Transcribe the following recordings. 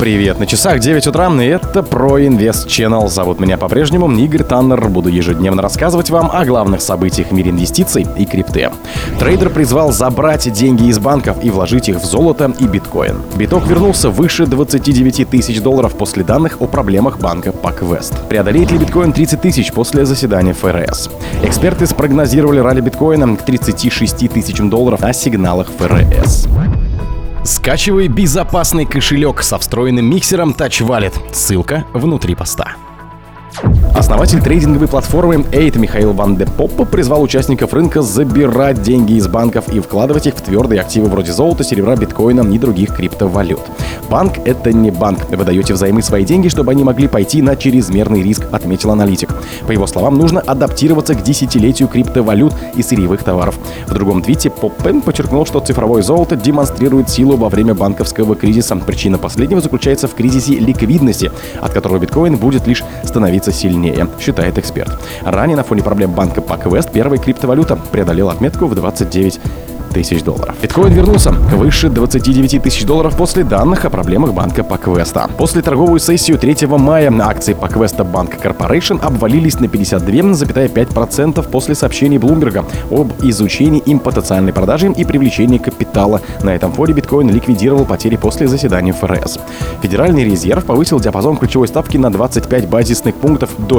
Привет, на часах 9 утра, и это ProInvest Channel. Зовут меня по-прежнему Игорь Таннер. Буду ежедневно рассказывать вам о главных событиях в мире инвестиций и крипты. Трейдер призвал забрать деньги из банков и вложить их в золото и биткоин. Биток вернулся выше 29 тысяч долларов после данных о проблемах банка PacWest. Преодолеет ли биткоин 30 тысяч после заседания ФРС? Эксперты спрогнозировали ралли биткоина к 36 тысячам долларов о сигналах ФРС. Скачивай безопасный кошелек со встроенным миксером Touch Wallet. Ссылка внутри поста. Основатель трейдинговой платформы Aid Михаил Ван де Поппа призвал участников рынка забирать деньги из банков и вкладывать их в твердые активы вроде золота, серебра, биткоина и других криптовалют. Банк — это не банк. Вы даете взаймы свои деньги, чтобы они могли пойти на чрезмерный риск, отметил аналитик. По его словам, нужно адаптироваться к десятилетию криптовалют и сырьевых товаров. В другом твите Поппа подчеркнул, что цифровое золото демонстрирует силу во время банковского кризиса. Причина последнего заключается в кризисе ликвидности, от которого биткоин будет лишь становиться сильнее, считает эксперт. Ранее на фоне проблем банка PacWest первая криптовалюта преодолела отметку в 29 тысяч долларов. Биткоин вернулся выше 29 тысяч долларов после данных о проблемах банка PacWest. После торговую сессию 3 мая акции PacWest Bank Corporation обвалились на 52,5% после сообщений Bloomberg об изучении им потенциальной продажи и привлечении капитала. На этом фоне биткоин ликвидировал потери после заседания ФРС. Федеральный резерв повысил диапазон ключевой ставки на 25 базисных пунктов до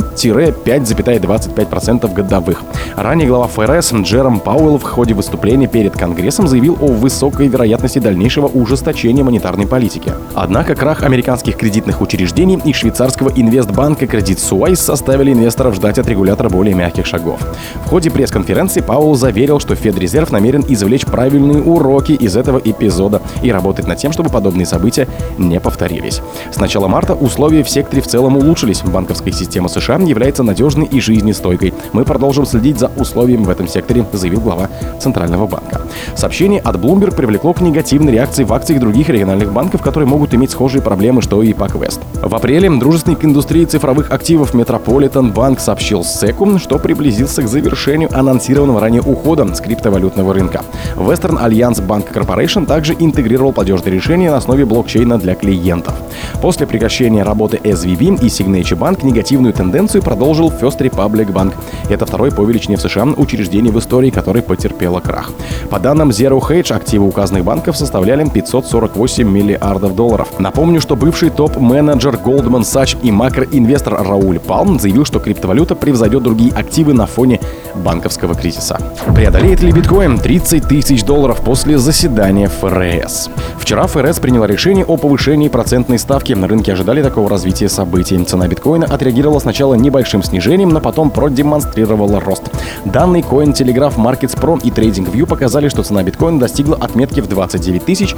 5-5,25% годовых. Ранее глава ФРС Джером Пауэлл в ходе выступления перед Конгрессом заявил о высокой вероятности дальнейшего ужесточения монетарной политики. Однако крах американских кредитных учреждений и швейцарского инвестбанка Credit Suisse заставили инвесторов ждать от регулятора более мягких шагов. В ходе пресс-конференции Пауэлл заверил, что Федрезерв намерен извлечь правильные уроки из этого эпизода и работать над тем, чтобы подобные события не повторились. С начала марта условия в секторе в целом улучшились. Банковская система США является надежной и жизнестойкой. Мы продолжим следить за условиями в этом секторе, заявил глава Центрального банка. Сообщение от Bloomberg привлекло к негативной реакции в акциях других региональных банков, которые могут иметь схожие проблемы, что и PacWest. В апреле дружественный к индустрии цифровых активов Metropolitan Bank сообщил SEC, что приблизился к завершению анонсированного ранее ухода с криптовалютного рынка. Western Alliance Bank Corporation также интегрировал платежные решения на основе блокчейна для клиентов. После прекращения работы SVB и Signature Bank негативную тенденцию продолжил First Republic Bank. Это второй по величине в США учреждение в истории, которое потерпело крах. По данным Zero Hedge, активы указанных банков составляли 548 миллиардов долларов. Напомню, что бывший топ-менеджер Goldman Sachs и макроинвестор Рауль Палм заявил, что криптовалюта превзойдет другие активы на фоне банковского кризиса. Преодолеет ли биткоин 30 тысяч долларов после заседания ФРС? Вчера ФРС приняла решение о повышении процентной ставки. На рынке ожидали такого развития событий. Цена биткоина отреагировала сначала небольшим снижением, но потом продемонстрировала рост. Данные Cointelegraph Markets Pro и TradingView показали, что цена биткоина достигла отметки в 29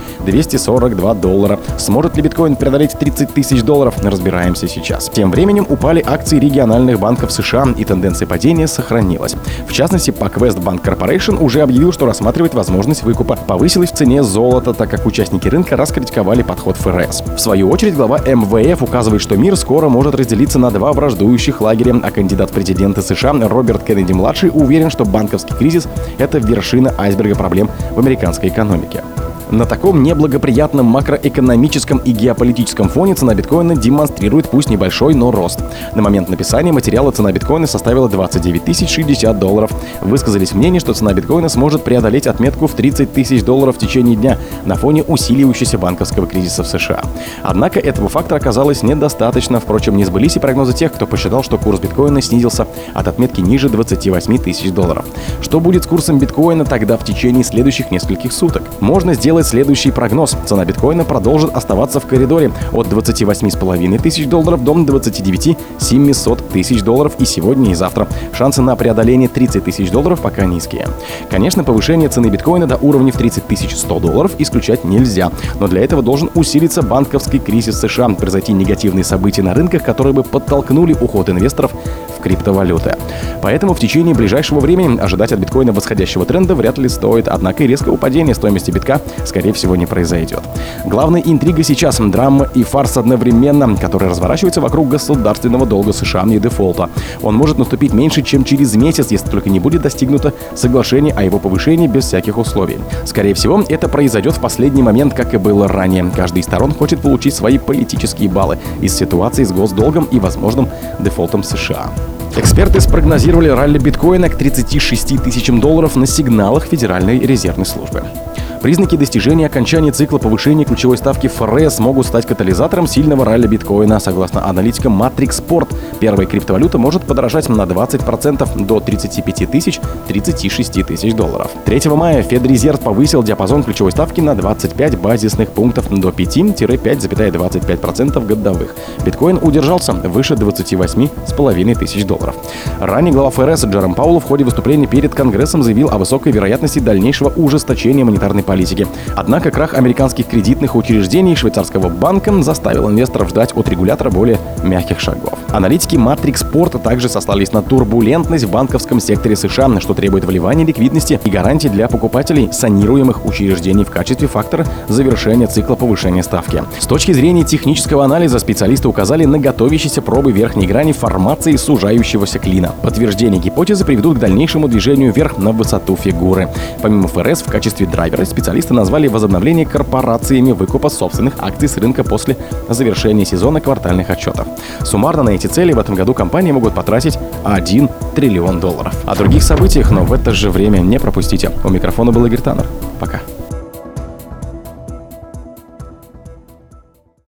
242 доллара. Сможет ли биткоин преодолеть 30 тысяч долларов? Разбираемся сейчас. Тем временем упали акции региональных банков США, и тенденция падения сохранилась. В частности, PacWest Bank Corporation уже объявил, что рассматривает возможность выкупа. Повысилась в цене золото, так как участники рынка раскритиковали подход ФРС. В свою очередь, глава МВФ указывает, что мир скоро может разделиться на два враждующих лагеря, а кандидат в президенты США Роберт Кеннеди-младший уверен, что банковский кризис — это вершина айсберга проблем в американской экономике. На таком неблагоприятном макроэкономическом и геополитическом фоне цена биткоина демонстрирует пусть небольшой, но рост. На момент написания материала цена биткоина составила 29 060 долларов. Высказались мнение, что цена биткоина сможет преодолеть отметку в 30 тысяч долларов в течение дня на фоне усиливающегося банковского кризиса в США. Однако этого фактора оказалось недостаточно. Впрочем, не сбылись и прогнозы тех, кто посчитал, что курс биткоина снизился от отметки ниже 28 тысяч долларов. Что будет с курсом биткоина тогда в течение следующих нескольких суток? Можно сделать следующий прогноз. Цена биткоина продолжит оставаться в коридоре от 28,5 тысяч долларов до 29 700 тысяч долларов и сегодня, и завтра. Шансы на преодоление 30 тысяч долларов пока низкие. Конечно, повышение цены биткоина до уровня в 30 100 долларов исключать нельзя, но для этого должен усилиться банковский кризис США, произойти негативные события на рынках, которые бы подтолкнули уход инвесторов в в криптовалюты. Поэтому в течение ближайшего времени ожидать от биткоина восходящего тренда вряд ли стоит, однако и резкого падения стоимости битка, скорее всего, не произойдет. Главная интрига сейчас — драма и фарс одновременно, который разворачивается вокруг государственного долга США и дефолта. Он может наступить меньше, чем через месяц, если только не будет достигнуто соглашение о его повышении без всяких условий. Скорее всего, это произойдет в последний момент, как и было ранее. Каждый из сторон хочет получить свои политические баллы из ситуации с госдолгом и возможным дефолтом США. Эксперты спрогнозировали ралли биткоина к 36 тысячам долларов на сигналах Федеральной резервной службы. Признаки достижения окончания цикла повышения ключевой ставки ФРС могут стать катализатором сильного ралли биткоина. Согласно аналитикам Matrixport, первая криптовалюта может подорожать на 20% до 35 тысяч-36 тысяч долларов. 3 мая Федрезерв повысил диапазон ключевой ставки на 25 базисных пунктов до 5-5,25% годовых. Биткоин удержался выше 28,5 тысяч долларов. Ранее глава ФРС Джером Пауэлл в ходе выступления перед Конгрессом заявил о высокой вероятности дальнейшего ужесточения монетарной политики. Однако крах американских кредитных учреждений и швейцарского банка заставил инвесторов ждать от регулятора более мягких шагов. Аналитики Matrixport также сослались на турбулентность в банковском секторе США, что требует вливания ликвидности и гарантий для покупателей санируемых учреждений в качестве фактора завершения цикла повышения ставки. С точки зрения технического анализа специалисты указали на готовящиеся пробы верхней грани формации сужающегося клина. Подтверждение гипотезы приведут к дальнейшему движению вверх на высоту фигуры. Помимо ФРС, в качестве драйвера специалисты назвали возобновление корпорациями выкупа собственных акций с рынка после завершения сезона квартальных отчетов. Суммарно на эти цели в этом году компании могут потратить $1 триллион. О других событиях, но в это же время не пропустите. У микрофона был Игорь Таннер. Пока.